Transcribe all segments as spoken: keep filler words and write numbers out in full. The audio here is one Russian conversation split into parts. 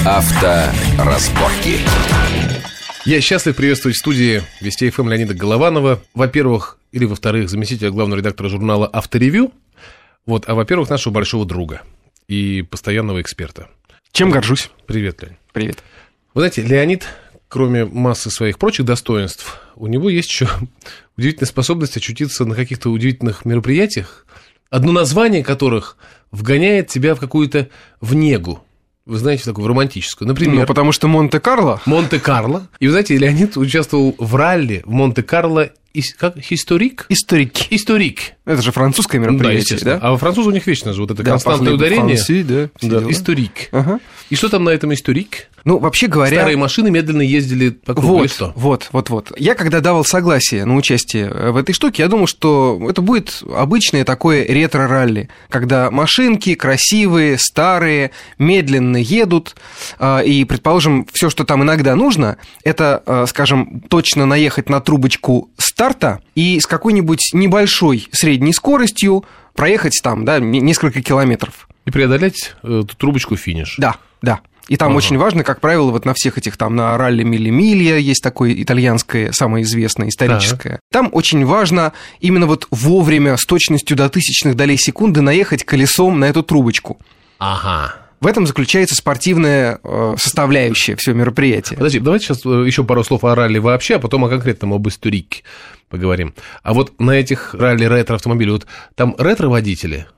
Авторазборки. Я счастлив приветствовать в студии Вести ФМ Леонида Голованова. Во-первых, или во-вторых, заместителя главного редактора журнала «Авторевью». Вот, а во-первых, нашего большого друга и постоянного эксперта. Чем горжусь. Привет, Леонид. Привет. Вы знаете, Леонид, кроме массы своих прочих достоинств, у него есть еще удивительная способность очутиться на каких-то удивительных мероприятиях, одно название которых вгоняет тебя в какую-то в негу. Вы знаете, в такую в романтическую. Например... Ну, потому что Монте-Карло. Монте-Карло. И вы знаете, Леонид участвовал в ралли в Монте-Карло. Как? Историк? Историк. Историк. Это же французское мероприятие, да? А французы у них вечно же вот это да, константное ударение. Франции, да, да. Историк. Ага. И что там на этом историк? Ну, вообще говоря... Старые машины медленно ездили по кругу, вот, и что? Вот, вот, вот. Я, когда давал согласие на участие в этой штуке, я думал, что это будет обычное такое ретро-ралли, когда машинки красивые, старые, медленно едут, и, предположим, все, что там иногда нужно, это, скажем, точно наехать на трубочку старта и с какой-нибудь небольшой средней скоростью проехать там, да, несколько километров. И преодолеть эту трубочку финиш. Да, да. И там ага. очень важно, как правило, вот на всех этих, там, на ралли Милли-Милья есть такое итальянское, самое известное, историческое. Да. Там очень важно именно вот вовремя, с точностью до тысячных долей секунды наехать колесом на эту трубочку. Ага. В этом заключается спортивная э, составляющая всего мероприятия. Подожди, давайте сейчас еще пару слов о ралли вообще, а потом о конкретном, об историке поговорим. А вот на этих ралли ретро-автомобилей, вот там ретро-водители...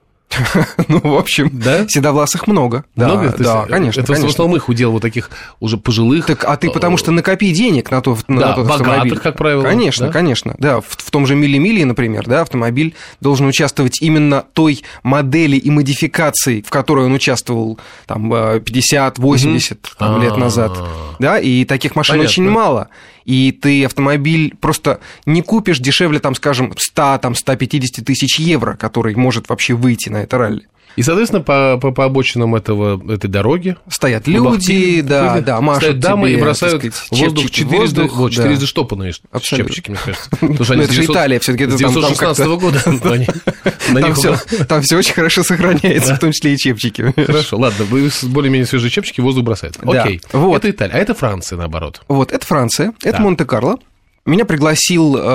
Ну, в общем, да? Седовласых много. Много? Да, да, конечно. Это конечно. в основном их удел вот таких уже пожилых. Так, а ты потому что накопи денег на, то, на да, тот богатых, автомобиль. как правило. Конечно, да? конечно. Да, в, в том же Милли-Милье, например, да, автомобиль должен участвовать именно той модели и модификации, в которой он участвовал там пятьдесят-восемьдесят угу. там, лет назад. Да, и таких машин Понятно. Очень мало. И ты автомобиль просто не купишь дешевле, там, скажем, сто, там, сто пятьдесят тысяч евро, который может вообще выйти на это ралли. И, соответственно, по, по, по обочинам этого, этой дороги стоят люди, да, люди, да, машут стоят дамы тебе, и бросают сказать, воздух четырежды, воздух, вот, четырежды да. штопанные Абсолютно. чепчики, мне кажется. Но это же Италия, все-таки это там девятьсот шестнадцатого года. Там все очень хорошо сохраняется, в том числе и чепчики. Хорошо, ладно, более-менее свежие чепчики, воздух бросают. Окей, это Италия, а это Франция, наоборот. Вот, это Франция, это Монте-Карло. Меня пригласил э,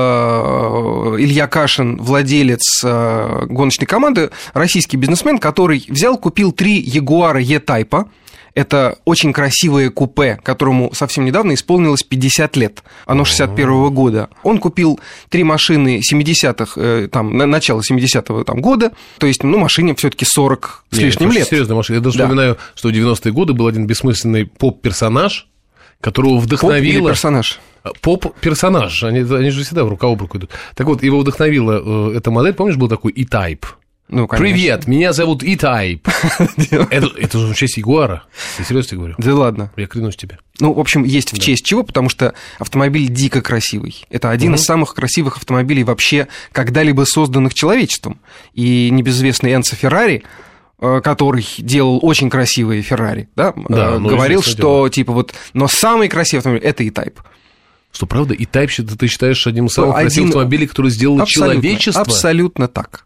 Илья Кашин, владелец э, гоночной команды, российский бизнесмен, который взял, купил три Ягуара E-Type. Это очень красивое купе, которому совсем недавно исполнилось пятьдесят лет. Оно шестьдесят первого года. Он купил три машины семидесятых, э, там, начала семидесятого там, года. То есть, ну, машине все-таки сорок с лишним лет. Серьезная машина. Я даже да. вспоминаю, что в девяностые годы был один бессмысленный поп-персонаж, которого вдохновило... Поп или персонаж? Поп-персонаж, они, они же всегда рука об руку идут. Так вот, его вдохновила э, эта модель, помнишь, был такой E-Type? Ну, привет, меня зовут E-Type. это, это же в честь Ягуара, я серьезно говорю. Да ладно. Я клянусь тебе. Ну, в общем, есть в да. честь чего, потому что автомобиль дико красивый. Это один угу. из самых красивых автомобилей вообще когда-либо созданных человечеством. И небезызвестный Энцо Феррари, который делал очень красивые Феррари, да, да говорил, что дело. типа вот, но самый красивый автомобиль – это E-Type. Что, правда, E-Type ты считаешь одним из самых Один... красивых автомобилей, которые сделало абсолютно, человечество? Абсолютно так.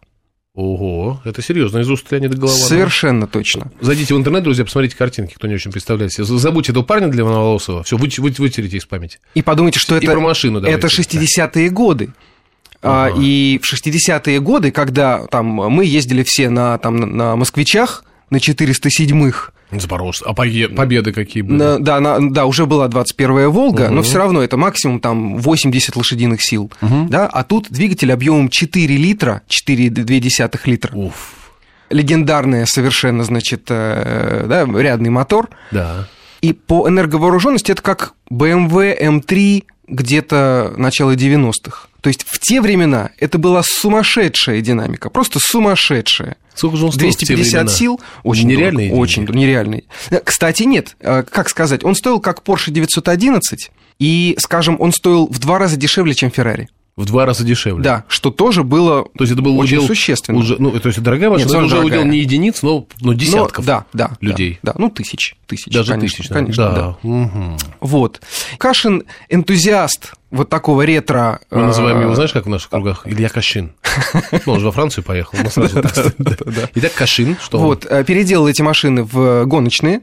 Ого, это серьезно, из уст Леонида Голованова. Совершенно точно. Зайдите в интернет, друзья, посмотрите картинки, кто не очень представляет себе. Забудьте этого парня длинноволосого, все, вы, вы, вытерите из памяти. И подумайте, что и это, про машину это шестидесятые годы. Ага. И в шестидесятые годы, когда там, мы ездили все на, там, на москвичах, на четыреста седьмых. Запорожцы. А победы какие были? На, да, на, да, уже была двадцать первая «Волга», угу. но все равно это максимум там восемьдесят лошадиных сил. Угу. Да? А тут двигатель объемом четыре литра, четыре целых две десятых литра. Уф. Легендарная совершенно, значит, э, да, рядный мотор. Да. И по энерговооруженности это как бэ эм вэ эм три где-то начала девяностых. То есть в те времена это была сумасшедшая динамика, просто сумасшедшая. Сколько же он стоил двести пятьдесят сил, очень нереальные дорого, очень нереальные. Кстати, нет, как сказать, он стоил как Porsche девятьсот одиннадцать, и, скажем, он стоил в два раза дешевле, чем Ferrari. В два раза дешевле. Да, что тоже было то есть это был очень удел, существенно. Уже, ну, то есть это дорогая машина, это уже дорогая. Удел не единиц, но, но десятков но, да, да, людей. Да, да, ну, тысяч. тысяч Даже конечно, тысяч, конечно, да. да. Угу. Вот. Кашин энтузиаст вот такого ретро... Мы называем его, знаешь, как в наших кругах? Илья Кашин. Ну, он же во Францию поехал. Итак, Кашин, что вот, переделал эти машины в гоночные.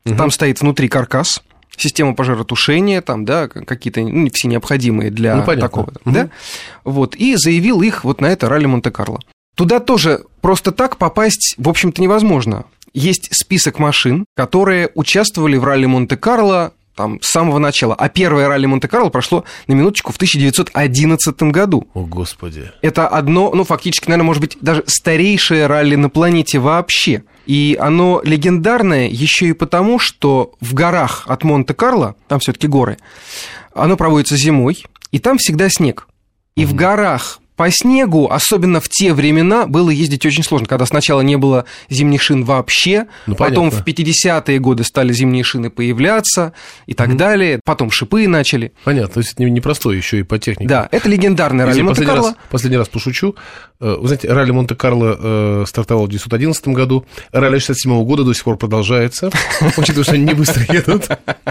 Угу. Там стоит внутри каркас, система пожаротушения, там, да, какие-то, ну, все необходимые для ну, такого. Угу. Да? Вот, и заявил их вот на это ралли Монте-Карло. Туда тоже просто так попасть, в общем-то, невозможно. Есть список машин, которые участвовали в ралли Монте-Карло там, с самого начала. А первое ралли Монте-Карло прошло, на минуточку, в тысяча девятьсот одиннадцатом году. О, Господи. Это одно, ну, фактически, наверное, может быть, даже старейшее ралли на планете вообще. И оно легендарное еще и потому, что в горах от Монте-Карло, там все-таки горы, оно проводится зимой, и там всегда снег. И mm-hmm. в горах по снегу, особенно в те времена, было ездить очень сложно, когда сначала не было зимних шин вообще, ну, потом понятно. В пятидесятые годы стали зимние шины появляться и так mm-hmm. далее, потом шипы начали. Понятно, то есть это непростой еще и по технике. Да, это легендарный ралли Монте-Карло. Последний раз, последний раз пошучу. Вы знаете, ралли Монте-Карло стартовал в тысяча девятьсот одиннадцатом году, ралли шестьдесят седьмого года до сих пор продолжается, учитывая, что они не быстро едут.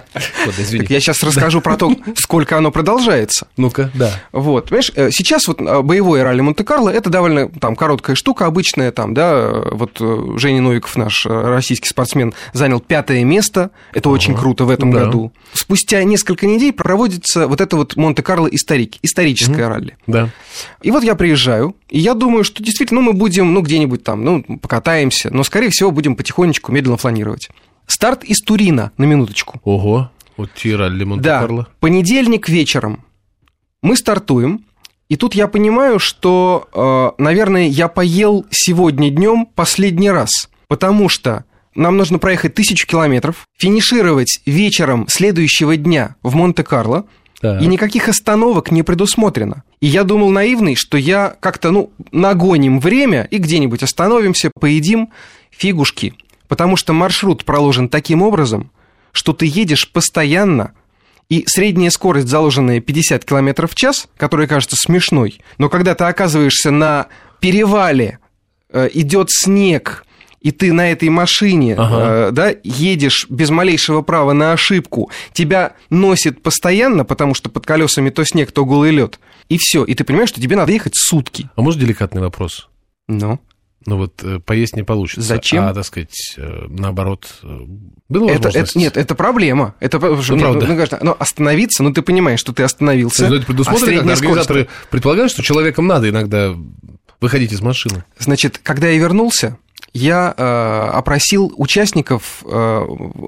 Я сейчас расскажу про то, сколько оно продолжается. Ну-ка, да. Вот, понимаешь, сейчас вот боевое ралли Монте-Карло, это довольно там короткая штука, обычная, там, да, вот Женя Новиков, наш российский спортсмен, занял пятое место, это очень круто в этом году. Спустя несколько недель проводится вот это вот Монте-Карло историк, историческое ралли. Да. И вот я приезжаю, и я думаю, что действительно, ну, мы будем, ну, где-нибудь там, ну, покатаемся, но, скорее всего, будем потихонечку, медленно фланировать. Старт из Турина, на минуточку. Ого, вот те ралли Монте-Карло. Да, понедельник вечером мы стартуем, и тут я понимаю, что, наверное, я поел сегодня днем последний раз, потому что нам нужно проехать тысячу километров, финишировать вечером следующего дня в Монте-Карло, так. И никаких остановок не предусмотрено. И я думал наивный, что я как-то, ну, нагоним время и где-нибудь остановимся, поедим фигушки. Потому что маршрут проложен таким образом, что ты едешь постоянно, и средняя скорость, заложенная пятьдесят километров в час, которая кажется смешной, но когда ты оказываешься на перевале, э, идет снег, и ты на этой машине ага. э, да, едешь без малейшего права на ошибку, тебя носит постоянно, потому что под колесами то снег, то голый лед, и все, и ты понимаешь, что тебе надо ехать сутки. А может деликатный вопрос? Ну? Ну вот э, поесть не получится. Зачем? А, так сказать, э, наоборот, э, было это, возможность? Это, нет, это проблема. Это, ну, нет, правда. Ну, ну, ну, остановиться, ну, ты понимаешь, что ты остановился. Но это предусмотрено, когда организаторы скорость... предполагают, что человеком надо иногда выходить из машины. Значит, когда я вернулся, я э, опросил участников э,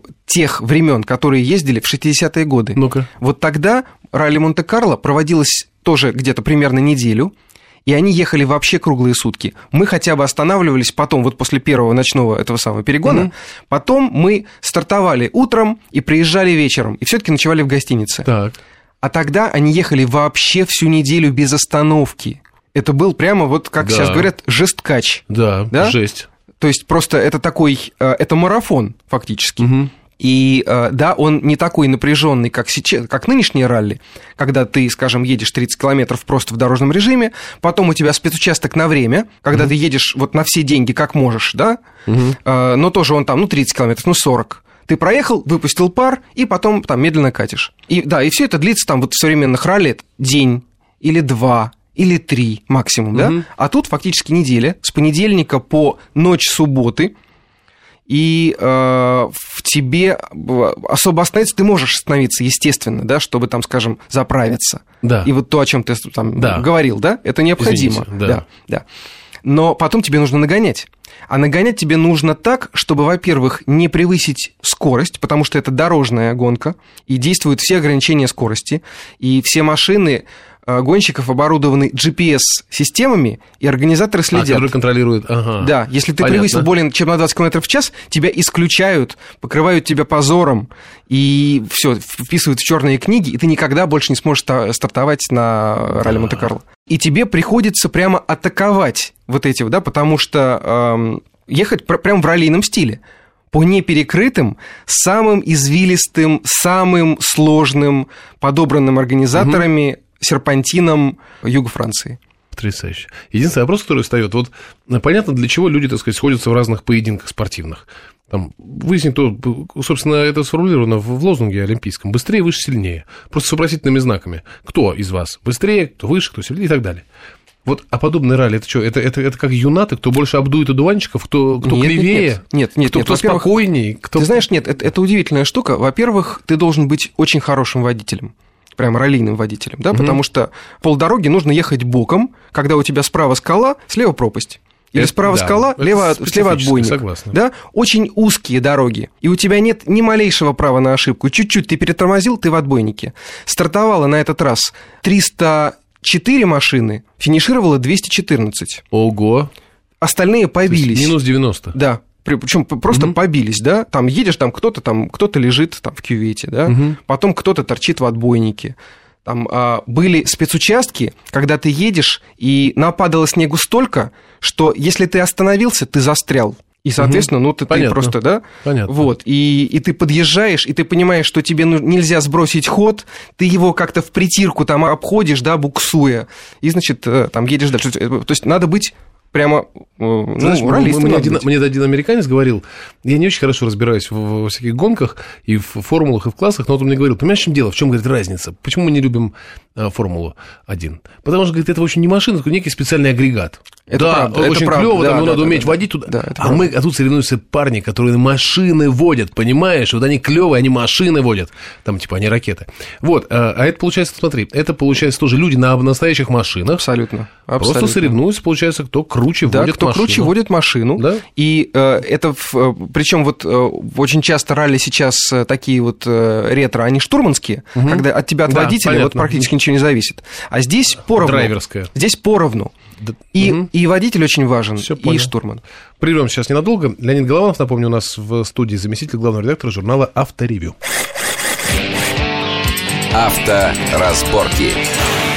тех времен, которые ездили в шестидесятые годы. Ну-ка. Вот тогда ралли Монте-Карло проводилось тоже где-то примерно неделю, и они ехали вообще круглые сутки. Мы хотя бы останавливались потом, вот после первого ночного этого самого перегона, mm-hmm. потом мы стартовали утром и приезжали вечером, и все-таки ночевали в гостинице. Так. А тогда они ехали вообще всю неделю без остановки. Это был прямо вот, как да. сейчас говорят, жесткач. Да, да, жесть. То есть просто это такой, это марафон фактически. Угу. И да, он не такой напряженный, как сейчас, как нынешние ралли, когда ты, скажем, едешь тридцать километров просто в дорожном режиме, потом у тебя спецучасток на время, когда угу. ты едешь вот на все деньги, как можешь, да, угу. но тоже он там, ну, тридцать километров, ну, сорок. Ты проехал, выпустил пар, и потом там медленно катишь. И да, и все это длится там вот в современных ралли день или два, или три максимум, угу. да? А тут фактически неделя, с понедельника по ночь субботы, и э, в тебе особо остановиться ты можешь остановиться, естественно, да, чтобы там, скажем, заправиться. Да. И вот то, о чем ты там да. говорил, да, это необходимо. Извините, да. Да, да. Но потом тебе нужно нагонять. А нагонять тебе нужно так, чтобы, во-первых, не превысить скорость, потому что это дорожная гонка, и действуют все ограничения скорости, и все машины гонщиков оборудованы джи пи эс-системами, и организаторы следят. А, которые контролируют, ага. Да, если ты Понятно. превысил более чем на двадцать километров в час, тебя исключают, покрывают тебя позором, и все, вписывают в черные книги, и ты никогда больше не сможешь стартовать на ралли да. Монте-Карло. И тебе приходится прямо атаковать вот эти, да, потому что эм, ехать пр- прямо в раллийном стиле. По неперекрытым, самым извилистым, самым сложным, подобранным организаторами угу. серпантинам юга Франции. Потрясающе. Единственный вопрос, который встает, вот понятно, для чего люди, так сказать, сходятся в разных поединках спортивных. Там, выяснить, то, собственно, это сформулировано в лозунге олимпийском. Быстрее, выше, сильнее. Просто с вопросительными знаками. Кто из вас быстрее, кто выше, кто сильнее и так далее. Вот, а подобные ралли, это что, это, это, это как юнаты, кто больше обдует одуванчиков, кто, кто нет, клевее, нет, нет, нет, кто, нет, кто спокойней? Кто... Ты знаешь, нет, это, это удивительная штука. Во-первых, ты должен быть очень хорошим водителем. Прям раллийным водителем, да, угу. Потому что полдороги нужно ехать боком, когда у тебя справа скала, слева пропасть. Или это, справа да, скала, лево, слева отбойник. Согласна. Да? Очень узкие дороги, и у тебя нет ни малейшего права на ошибку. Чуть-чуть ты перетормозил, ты в отбойнике. Стартовало на этот раз триста четыре машины, финишировало двести четырнадцать. Ого! Остальные побились. Минус девяносто. Да. Причем просто угу. побились, да, там едешь, там кто-то там, кто-то лежит там в кювете, да, угу. потом кто-то торчит в отбойнике. Там а, были спецучастки, когда ты едешь, и нападало снегу столько, что если ты остановился, ты застрял. И, соответственно, ну, ты, ты просто, да? Понятно. Вот, и, и ты подъезжаешь, и ты понимаешь, что тебе нельзя сбросить ход, ты его как-то в притирку там обходишь, да, буксуя, и, значит, там едешь дальше. То есть надо быть... Прямо, ну, знаешь, мне, один, мне один американец говорил, я не очень хорошо разбираюсь в, во всяких гонках и в формулах, и в классах, но вот он мне говорил, понимаешь, в чем дело, в чем, говорит, разница, почему мы не любим а, Формулу один? Потому что, говорит, это очень не машина, это некий специальный агрегат. Это да, правда, очень это клево, да, там, да, надо да, уметь да, водить туда. Да, а, мы, а тут соревнуются парни, которые машины водят, понимаешь? Вот они клевые, они машины водят. Там, типа, они ракеты. Вот, а, а это получается, смотри, это получается тоже люди на настоящих машинах. Абсолютно. Просто абсолютно. соревнуются, получается, кто круче да, водит кто машину. круче водит машину. Да? И э, это, причем вот э, очень часто ралли сейчас такие вот э, ретро, они штурманские, угу. когда от тебя, от да, водителя, понятно. Вот практически ничего не зависит. А здесь поровну. Драйверская. Здесь поровну. Да. И, угу. и водитель очень важен, Всё и понял. Штурман. Прервем сейчас ненадолго. Леонид Голованов, напомню, у нас в студии заместитель главного редактора журнала «Авторевью». Авторазборки.